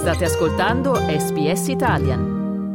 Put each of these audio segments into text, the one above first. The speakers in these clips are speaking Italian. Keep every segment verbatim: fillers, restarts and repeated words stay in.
State ascoltando S B S Italian.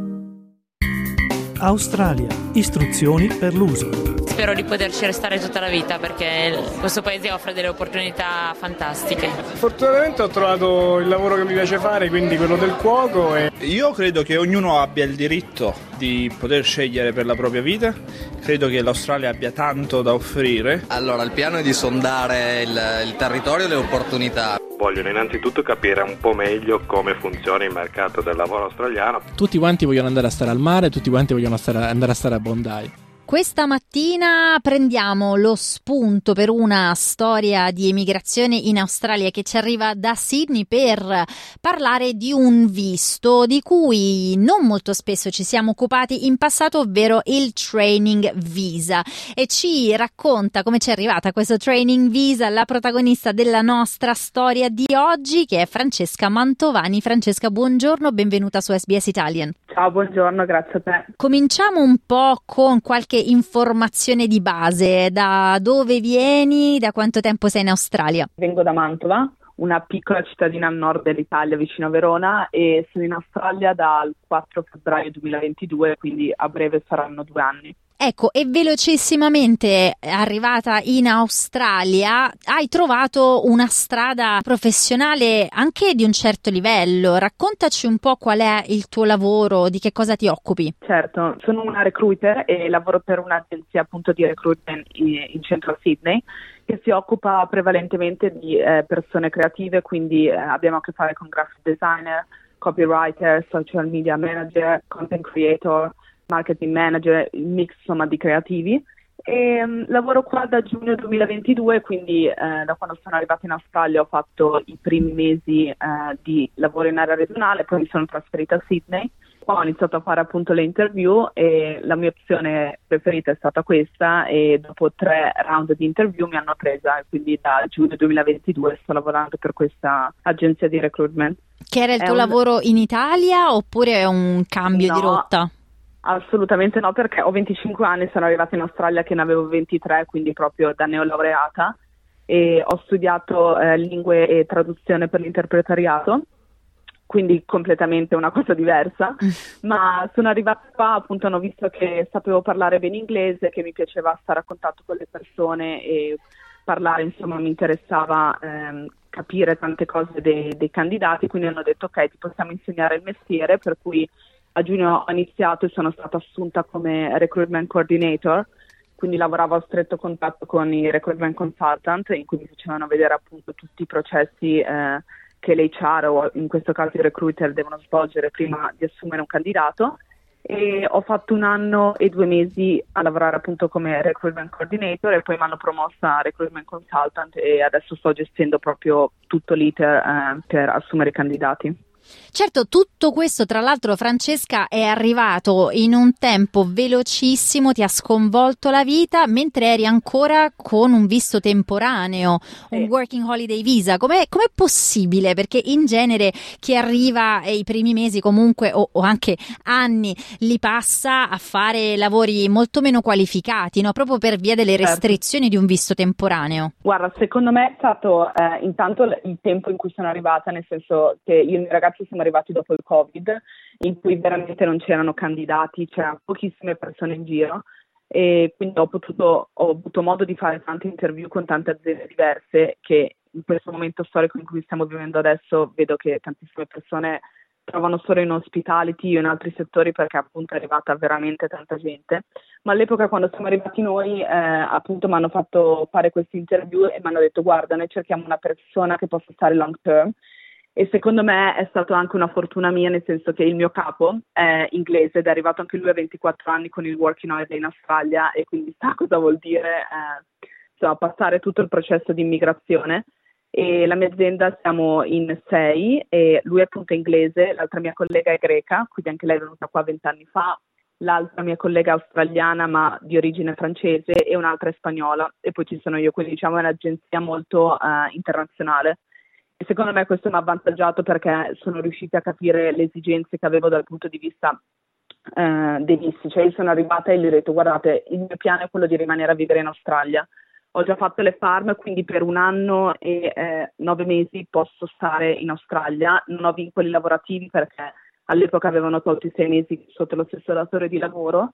Australia. Istruzioni per l'uso. Spero di poterci restare tutta la vita perché questo paese offre delle opportunità fantastiche. Fortunatamente ho trovato il lavoro che mi piace fare, quindi quello del cuoco. E... Io credo che ognuno abbia il diritto di poter scegliere per la propria vita. Credo che l'Australia abbia tanto da offrire. Allora, il piano è di sondare il, il territorio e le opportunità. Vogliono innanzitutto capire un po' meglio come funziona il mercato del lavoro australiano. Tutti quanti vogliono andare a stare al mare, tutti quanti vogliono stare, andare a stare a Bondi. Questa mattina prendiamo lo spunto per una storia di emigrazione in Australia che ci arriva da Sydney per parlare di un visto di cui non molto spesso ci siamo occupati in passato, ovvero il Training Visa. E ci racconta come ci è arrivata questo Training Visa la protagonista della nostra storia di oggi, che è Francesca Mantovani. Francesca, buongiorno, benvenuta su S B S Italian. Ciao, buongiorno, grazie a te. Cominciamo un po' con qualche informazione di base. Da dove vieni? Da quanto tempo sei in Australia? Vengo da Mantova, una piccola cittadina al nord dell'Italia vicino a Verona, e sono in Australia dal quattro febbraio duemilaventidue, quindi a breve saranno due anni. Ecco, e velocissimamente arrivata in Australia hai trovato una strada professionale anche di un certo livello. Raccontaci un po' qual è il tuo lavoro, di che cosa ti occupi. Certo, sono una recruiter e lavoro per un'agenzia appunto di recruitment in, in centro a Sydney, che si occupa prevalentemente di eh, persone creative, quindi eh, abbiamo a che fare con graphic designer, copywriter, social media manager, content creator, marketing manager, il mix insomma di creativi. E, um, lavoro qua da giugno duemilaventidue, quindi eh, da quando sono arrivata in Australia ho fatto i primi mesi eh, di lavoro in area regionale, poi mi sono trasferita a Sydney. Qua ho iniziato a fare appunto le interview e la mia opzione preferita è stata questa, e dopo tre round di interview mi hanno presa, e quindi da giugno duemilaventidue sto lavorando per questa agenzia di recruitment. Che era il è tuo un... lavoro in Italia oppure è un cambio no, di rotta? Assolutamente no, perché ho venticinque anni, sono arrivata in Australia che ne avevo ventitré, quindi proprio da neolaureata, e ho studiato eh, lingue e traduzione per l'interpretariato, quindi completamente una cosa diversa, ma sono arrivata qua, appunto hanno visto che sapevo parlare bene inglese, che mi piaceva stare a contatto con le persone e parlare, insomma mi interessava ehm, capire tante cose dei, dei candidati, quindi hanno detto ok, ti possiamo insegnare il mestiere, per cui a giugno ho iniziato e sono stata assunta come recruitment coordinator, quindi lavoravo a stretto contatto con i recruitment consultant, in cui mi facevano vedere appunto tutti i processi eh, che l'H R o in questo caso i recruiter devono svolgere prima di assumere un candidato, e ho fatto un anno e due mesi a lavorare appunto come recruitment coordinator, e poi mi hanno promossa a recruitment consultant e adesso sto gestendo proprio tutto l'iter eh, per assumere i candidati. Certo, tutto questo tra l'altro, Francesca, è arrivato in un tempo velocissimo, ti ha sconvolto la vita mentre eri ancora con un visto temporaneo, un sì. working holiday visa. Com'è, com'è possibile? Perché in genere chi arriva e i primi mesi comunque o, o anche anni li passa a fare lavori molto meno qualificati, no? Proprio per via delle restrizioni certo. di un visto temporaneo. Guarda, secondo me è stato eh, intanto il tempo in cui sono arrivata, nel senso che io e i miei ragazzi siamo arrivati dopo il Covid, in cui veramente non c'erano candidati, c'erano pochissime persone in giro, e quindi ho potuto, ho avuto modo di fare tante interview con tante aziende diverse, che in questo momento storico in cui stiamo vivendo adesso vedo che tantissime persone trovano solo in hospitality o in altri settori, perché appunto è arrivata veramente tanta gente. Ma all'epoca, quando siamo arrivati noi, eh, appunto mi hanno fatto fare queste interview e mi hanno detto guarda, noi cerchiamo una persona che possa stare long term. E secondo me è stato anche una fortuna mia, nel senso che il mio capo è inglese ed è arrivato anche lui a ventiquattro anni con il working holiday in Australia, e quindi sa cosa vuol dire eh, insomma, passare tutto il processo di immigrazione. E la mia azienda siamo in sei, e lui è appunto inglese, l'altra mia collega è greca, quindi anche lei è venuta qua vent'anni fa, l'altra mia collega è australiana ma di origine francese, e un'altra è spagnola, e poi ci sono io, quindi diciamo è un'agenzia molto uh, internazionale. E secondo me questo mi ha avvantaggiato, perché sono riuscita a capire le esigenze che avevo dal punto di vista eh, dei visti. Cioè io sono arrivata e gli ho detto guardate, il mio piano è quello di rimanere a vivere in Australia, ho già fatto le farm, quindi per un anno e eh, nove mesi posso stare in Australia. Non ho vincoli lavorativi perché all'epoca avevano tolto i sei mesi sotto lo stesso datore di lavoro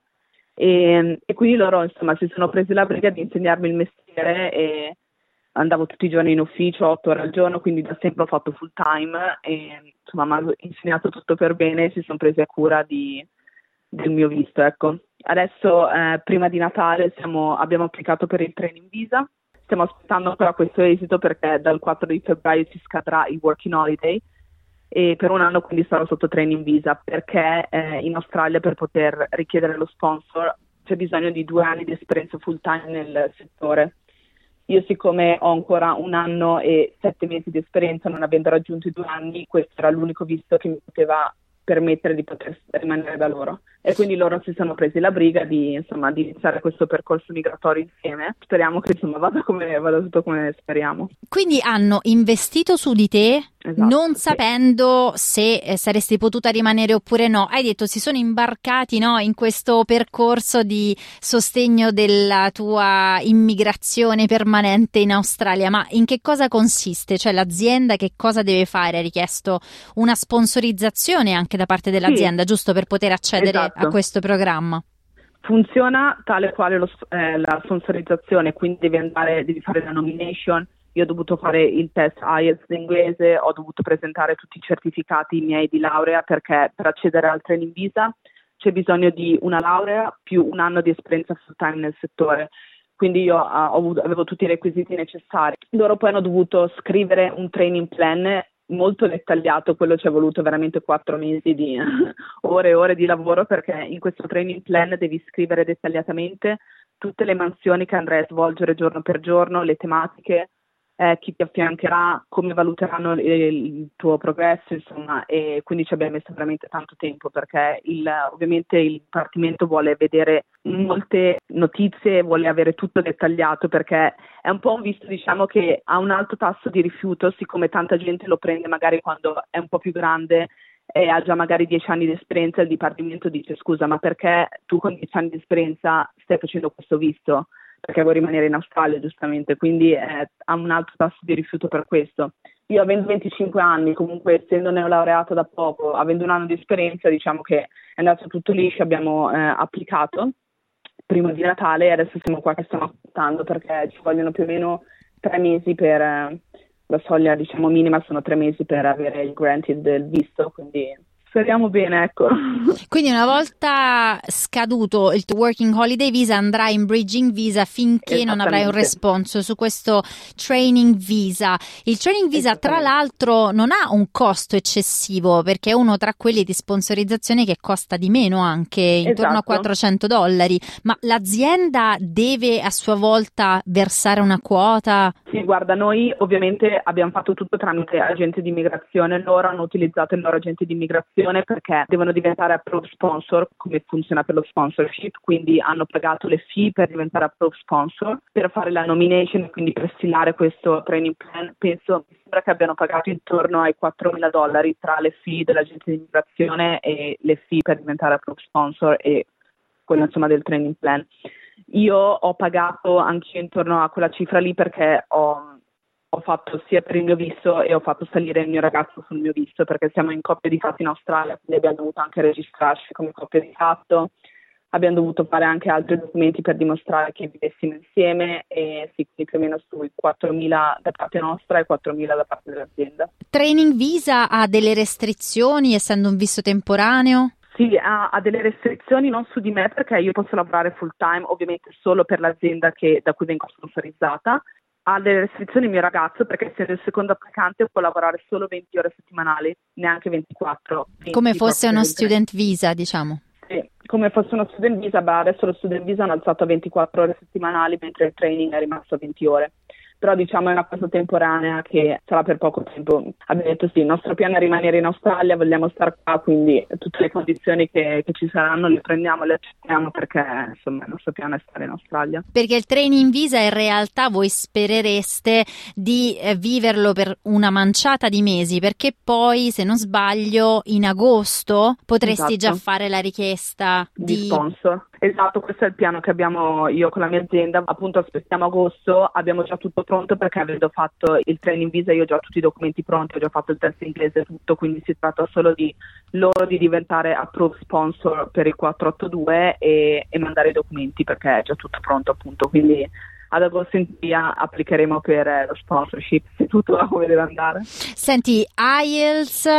e, e quindi loro insomma si sono presi la briga di insegnarmi il mestiere e andavo tutti i giorni in ufficio, otto ore al giorno, quindi da sempre ho fatto full time e insomma mi hanno insegnato tutto per bene e si sono presi a cura di, del mio visto, ecco. Adesso eh, prima di Natale siamo, abbiamo applicato per il training visa, stiamo aspettando ancora questo esito perché dal quattro di febbraio si scadrà il working holiday e per un anno quindi sarò sotto training visa perché eh, in Australia per poter richiedere lo sponsor c'è bisogno di due anni di esperienza full time nel settore. Io siccome ho ancora un anno e sette mesi di esperienza, non avendo raggiunto i due anni, questo era l'unico visto che mi poteva permettere di poter rimanere da loro. E quindi loro si sono presi la briga di, insomma, di iniziare questo percorso migratorio insieme. Speriamo che insomma vada, come, vada tutto come speriamo. Quindi hanno investito su di te, esatto, non sì. sapendo se eh, saresti potuta rimanere oppure no. Hai detto si sono imbarcati, no, in questo percorso di sostegno della tua immigrazione permanente in Australia. Ma in che cosa consiste? Cioè l'azienda che cosa deve fare? Ha richiesto una sponsorizzazione anche da parte dell'azienda, sì, giusto, per poter accedere, esatto, a questo programma? Funziona tale quale lo, eh, la sponsorizzazione, quindi devi andare, devi fare la nomination. Io ho dovuto fare il test I E L T S in inglese, ho dovuto presentare tutti i certificati miei di laurea perché per accedere al training visa c'è bisogno di una laurea più un anno di esperienza full time nel settore. Quindi io uh, ho avuto, avevo tutti i requisiti necessari. Loro poi hanno dovuto scrivere un training plan molto dettagliato, quello ci è voluto veramente quattro mesi di ore e ore di lavoro perché in questo training plan devi scrivere dettagliatamente tutte le mansioni che andrai a svolgere giorno per giorno, le tematiche, eh, chi ti affiancherà, come valuteranno il, il tuo progresso, insomma, e quindi ci abbiamo messo veramente tanto tempo perché il, ovviamente il Dipartimento vuole vedere molte notizie, vuole avere tutto dettagliato perché è un po' un visto, diciamo, che ha un alto tasso di rifiuto, siccome tanta gente lo prende magari quando è un po' più grande e ha già magari dieci anni di esperienza. Il Dipartimento dice: scusa, ma perché tu con dieci anni di esperienza stai facendo questo visto? Perché vuoi rimanere in Australia, giustamente, quindi eh, ha un alto tasso di rifiuto per questo. Io avendo venticinque anni, comunque essendo neolaureato da poco, avendo un anno di esperienza, diciamo che è andato tutto liscio, abbiamo eh, applicato prima di Natale e adesso siamo qua che stiamo aspettando perché ci vogliono più o meno tre mesi per, eh, la soglia diciamo minima sono tre mesi per avere il granted del visto, quindi speriamo bene, ecco. Quindi una volta scaduto il tuo working holiday visa andrai in bridging visa finché non avrai un responso su questo training visa. Il training visa tra l'altro non ha un costo eccessivo perché è uno tra quelli di sponsorizzazione che costa di meno, anche intorno esatto. a quattrocento dollari, ma l'azienda deve a sua volta versare una quota? Sì, guarda, noi ovviamente abbiamo fatto tutto tramite agenti di immigrazione, loro hanno utilizzato il loro agente di immigrazione perché devono diventare approved sponsor, come funziona per lo sponsorship, quindi hanno pagato le fee per diventare approved sponsor, per fare la nomination, quindi per stilare questo training plan. Penso, mi sembra che abbiano pagato intorno ai quattromila dollari tra le fee dell'agente di immigrazione e le fee per diventare approved sponsor e quello insomma del training plan. Io ho pagato anche intorno a quella cifra lì perché ho ho fatto sia per il mio visto e ho fatto salire il mio ragazzo sul mio visto perché siamo in coppia di fatto in Australia, quindi abbiamo dovuto anche registrarci come coppia di fatto, abbiamo dovuto fare anche altri documenti per dimostrare che vivessimo insieme e sì, più o meno sui quattromila da parte nostra e quattromila da parte dell'azienda. Training visa ha delle restrizioni essendo un visto temporaneo? Sì, ha, ha delle restrizioni non su di me perché io posso lavorare full time, ovviamente solo per l'azienda che, da cui vengo sponsorizzata. Ha delle restrizioni il mio ragazzo perché essendo il secondo applicante può lavorare solo venti ore settimanali, neanche ventiquattro. Come fosse uno student visa, diciamo. Sì, come fosse uno student visa, beh, adesso lo student visa hanno alzato a ventiquattro ore settimanali mentre il training è rimasto a venti ore. Però diciamo è una cosa temporanea che sarà per poco tempo. Abbiamo detto sì, il nostro piano è rimanere in Australia, vogliamo stare qua, quindi tutte le condizioni che, che ci saranno le prendiamo, le accettiamo perché insomma il nostro piano è stare in Australia. Perché il training visa in realtà voi sperereste di eh, viverlo per una manciata di mesi, perché poi se non sbaglio in agosto potresti esatto. già fare la richiesta di, di sponsor. Esatto, questo è il piano che abbiamo io con la mia azienda, appunto aspettiamo agosto, abbiamo già tutto pronto perché avendo fatto il training visa io ho già tutti i documenti pronti, ho già fatto il test inglese e tutto, quindi si tratta solo di loro di diventare approved sponsor per il quattrocentottantadue e, e mandare i documenti perché è già tutto pronto appunto, quindi ad agosto in via applicheremo per eh, lo sponsorship se tutto va come deve andare. Senti, I E L T S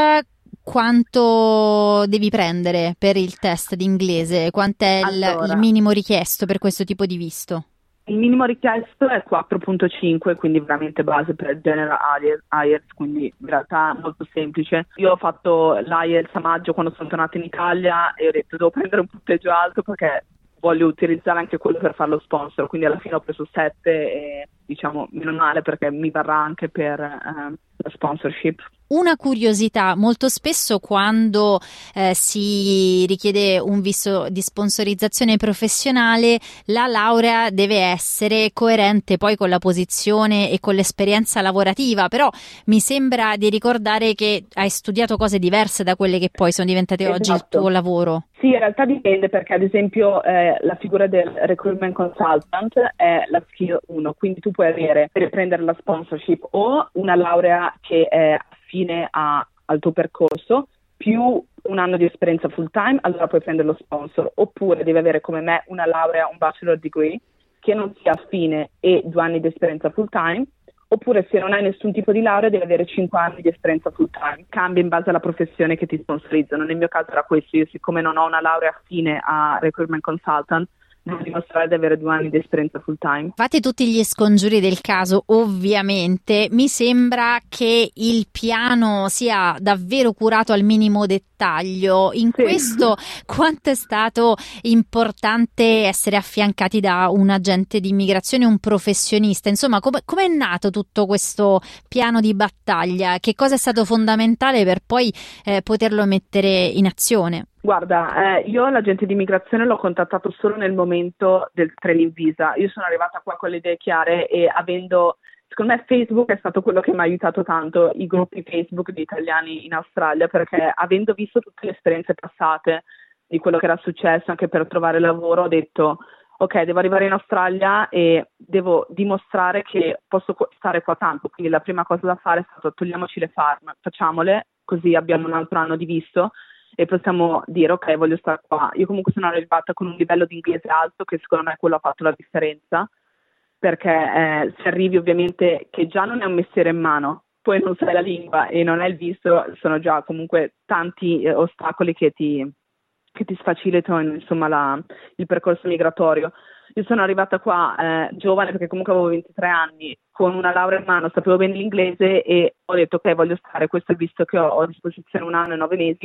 quanto devi prendere per il test di inglese? Quant'è il, Allora, il minimo richiesto per questo tipo di visto? il minimo richiesto è quattro virgola cinque, quindi veramente base per il General I E L T S, quindi in realtà molto semplice. Io ho fatto l'I E L T S a maggio quando sono tornata in Italia e ho detto devo prendere un punteggio alto perché voglio utilizzare anche quello per fare lo sponsor, quindi alla fine ho preso sette e diciamo meno male perché mi varrà anche per eh, la sponsorship. Una curiosità, molto spesso quando eh, si richiede un visto di sponsorizzazione professionale, la laurea deve essere coerente poi con la posizione e con l'esperienza lavorativa, però mi sembra di ricordare che hai studiato cose diverse da quelle che poi sono diventate Esatto. oggi il tuo lavoro. Sì, in realtà dipende perché ad esempio eh, la figura del recruitment consultant è la skill uno, quindi tu puoi avere per prendere la sponsorship o una laurea che è affine a, al tuo percorso più un anno di esperienza full time, allora puoi prendere lo sponsor, oppure devi avere come me una laurea, un bachelor degree che non sia affine e due anni di esperienza full time, oppure se non hai nessun tipo di laurea devi avere cinque anni di esperienza full time. Cambia in base alla professione che ti sponsorizzano. Nel mio caso era questo, io siccome non ho una laurea affine a recruitment consultant devo dimostrare di avere due anni di esperienza full time. Fate tutti gli scongiuri del caso, ovviamente. Mi sembra che il piano sia davvero curato al minimo dettaglio. In Sì. questo, quanto è stato importante essere affiancati da un agente di immigrazione, un professionista? Insomma, come è nato tutto questo piano di battaglia? Che cosa è stato fondamentale per poi eh, poterlo mettere in azione? Guarda, eh, io l'agente di immigrazione l'ho contattato solo nel momento del training visa. Io sono arrivata qua con le idee chiare e avendo, secondo me Facebook è stato quello che mi ha aiutato tanto, i gruppi Facebook di italiani in Australia, perché avendo visto tutte le esperienze passate di quello che era successo anche per trovare lavoro, ho detto ok, devo arrivare in Australia e devo dimostrare che posso stare qua tanto, quindi la prima cosa da fare è stato togliamoci le farm, facciamole, così abbiamo un altro anno di visto e possiamo dire ok, voglio stare qua. Io comunque sono arrivata con un livello di inglese alto che secondo me quello ha fatto la differenza, perché eh, se arrivi ovviamente che già non è un mestiere in mano, poi non sai la lingua e non hai il visto, sono già comunque tanti eh, ostacoli che ti, che ti sfacilitano insomma la, il percorso migratorio. Io sono arrivata qua eh, giovane perché comunque avevo ventitré anni, con una laurea in mano, sapevo bene l'inglese e ho detto ok, voglio stare, questo è il visto che ho, ho a disposizione un anno e nove mesi.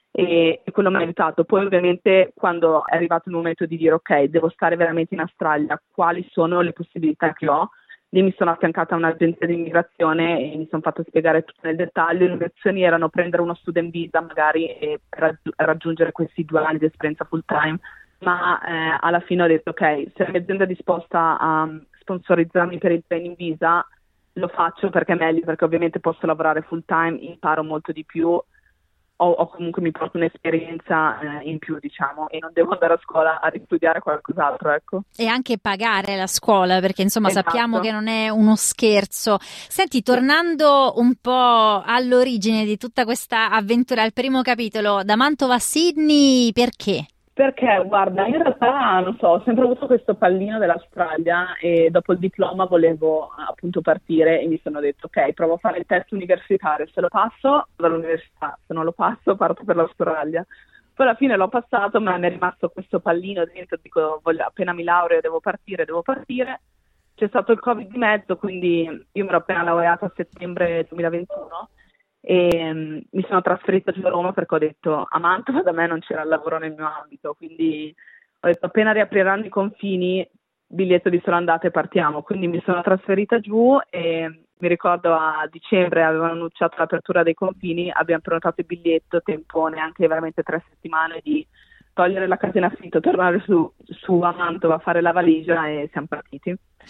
E quello mi ha aiutato. Poi ovviamente quando è arrivato il momento di dire ok, devo stare veramente in Australia, quali sono le possibilità che ho, lì mi sono affiancata a un'agenzia di immigrazione e mi sono fatta spiegare tutto nel dettaglio. Le opzioni erano prendere uno student visa magari e raggi- raggiungere questi due anni di esperienza full time, ma eh, alla fine ho detto ok, se la mia azienda è disposta a sponsorizzarmi per il training visa lo faccio perché è meglio, perché ovviamente posso lavorare full time, imparo molto di più, O, o comunque mi porto un'esperienza eh, in più, diciamo, e non devo andare a scuola a ristudiare qualcos'altro, ecco. E anche pagare la scuola, perché insomma Esatto. sappiamo che non è uno scherzo. Senti, tornando un po' all'origine di tutta questa avventura, al primo capitolo, da Mantova a Sydney, perché? Perché, guarda, in realtà, non so, ho sempre avuto questo pallino dell'Australia e dopo il diploma volevo appunto partire e mi sono detto, ok, provo a fare il test universitario, se lo passo vado all'università, se non lo passo parto per l'Australia. Poi alla fine l'ho passato, ma mi è rimasto questo pallino dentro, dico, voglio, appena mi laureo devo partire, devo partire. C'è stato il Covid di mezzo, quindi io mi ero appena laureata a settembre duemilaventuno. E um, mi sono trasferita giù a Roma perché ho detto a Mantova da me non c'era il lavoro nel mio ambito, quindi ho detto appena riapriranno i confini biglietto di sola andata e partiamo, quindi mi sono trasferita giù e mi ricordo a dicembre avevano annunciato l'apertura dei confini, abbiamo prenotato il biglietto, tempo neanche veramente tre settimane di togliere la casa in affitto, tornare su, su a Mantova, fare la valigia e siamo partiti.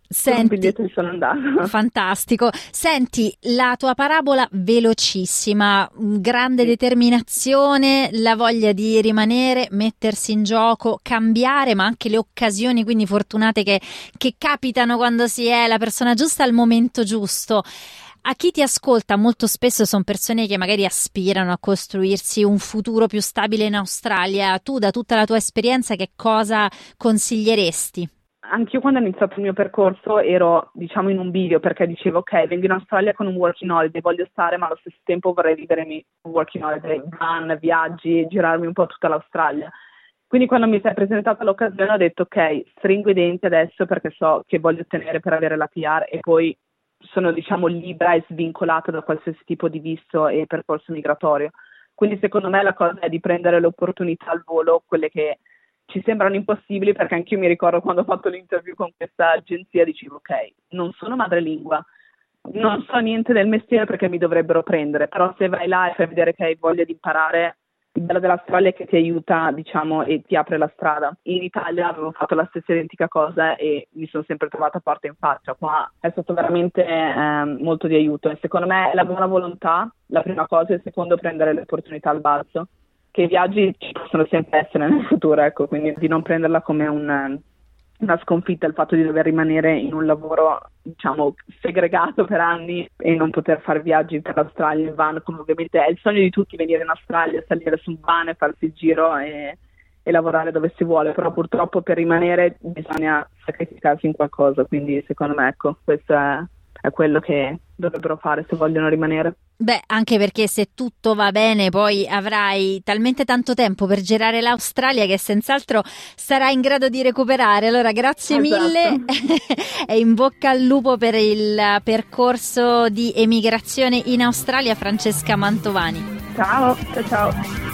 Senti, biglietto sono andata. Fantastico. Senti, la tua parabola velocissima, grande determinazione, la voglia di rimanere, mettersi in gioco, cambiare, ma anche le occasioni quindi fortunate che, che capitano quando si è la persona giusta al momento giusto. A chi ti ascolta molto spesso sono persone che magari aspirano a costruirsi un futuro più stabile in Australia. Tu, da tutta la tua esperienza, che cosa consiglieresti? Anch'io quando ho iniziato il mio percorso ero, diciamo, in un bivio, perché dicevo ok, vengo in Australia con un working holiday, voglio stare, ma allo stesso tempo vorrei vivermi un working holiday, van, viaggi, girarmi un po' tutta l'Australia. Quindi quando mi si è presentata l'occasione ho detto ok, stringo i denti adesso perché so che voglio ottenere per avere la P R e poi sono, diciamo, libera e svincolata da qualsiasi tipo di visto e percorso migratorio. Quindi secondo me la cosa è di prendere le opportunità al volo, quelle che ci sembrano impossibili, perché anch'io mi ricordo quando ho fatto l'interview con questa agenzia, dicevo ok, non sono madrelingua, non so niente del mestiere perché mi dovrebbero prendere, però se vai là e fai vedere che hai voglia di imparare, il bello dell'Australia è che ti aiuta, diciamo, e ti apre la strada. In Italia avevo fatto la stessa identica cosa e mi sono sempre trovata porta in faccia. Qua è stato veramente eh, molto di aiuto e secondo me la buona volontà, la prima cosa, e secondo prendere le opportunità al balzo, che i viaggi ci possono sempre essere nel futuro, ecco, quindi di non prenderla come un, una sconfitta il fatto di dover rimanere in un lavoro, diciamo, segregato per anni e non poter fare viaggi per l'Australia in van, come ovviamente è il sogno di tutti venire in Australia, salire su un van e farsi il giro e, e lavorare dove si vuole, però purtroppo per rimanere bisogna sacrificarsi in qualcosa, quindi secondo me, ecco, questo è, è quello che dovrebbero fare se vogliono rimanere. Beh, anche perché se tutto va bene poi avrai talmente tanto tempo per girare l'Australia che senz'altro sarai in grado di recuperare. Allora grazie esatto. mille e in bocca al lupo per il percorso di emigrazione in Australia, Francesca Mantovani. Ciao, ciao ciao.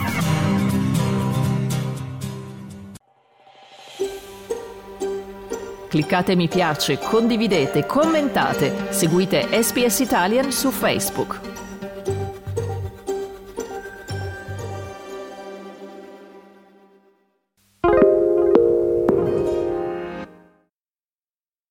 Cliccate mi piace, condividete, commentate, seguite S B S Italian su Facebook.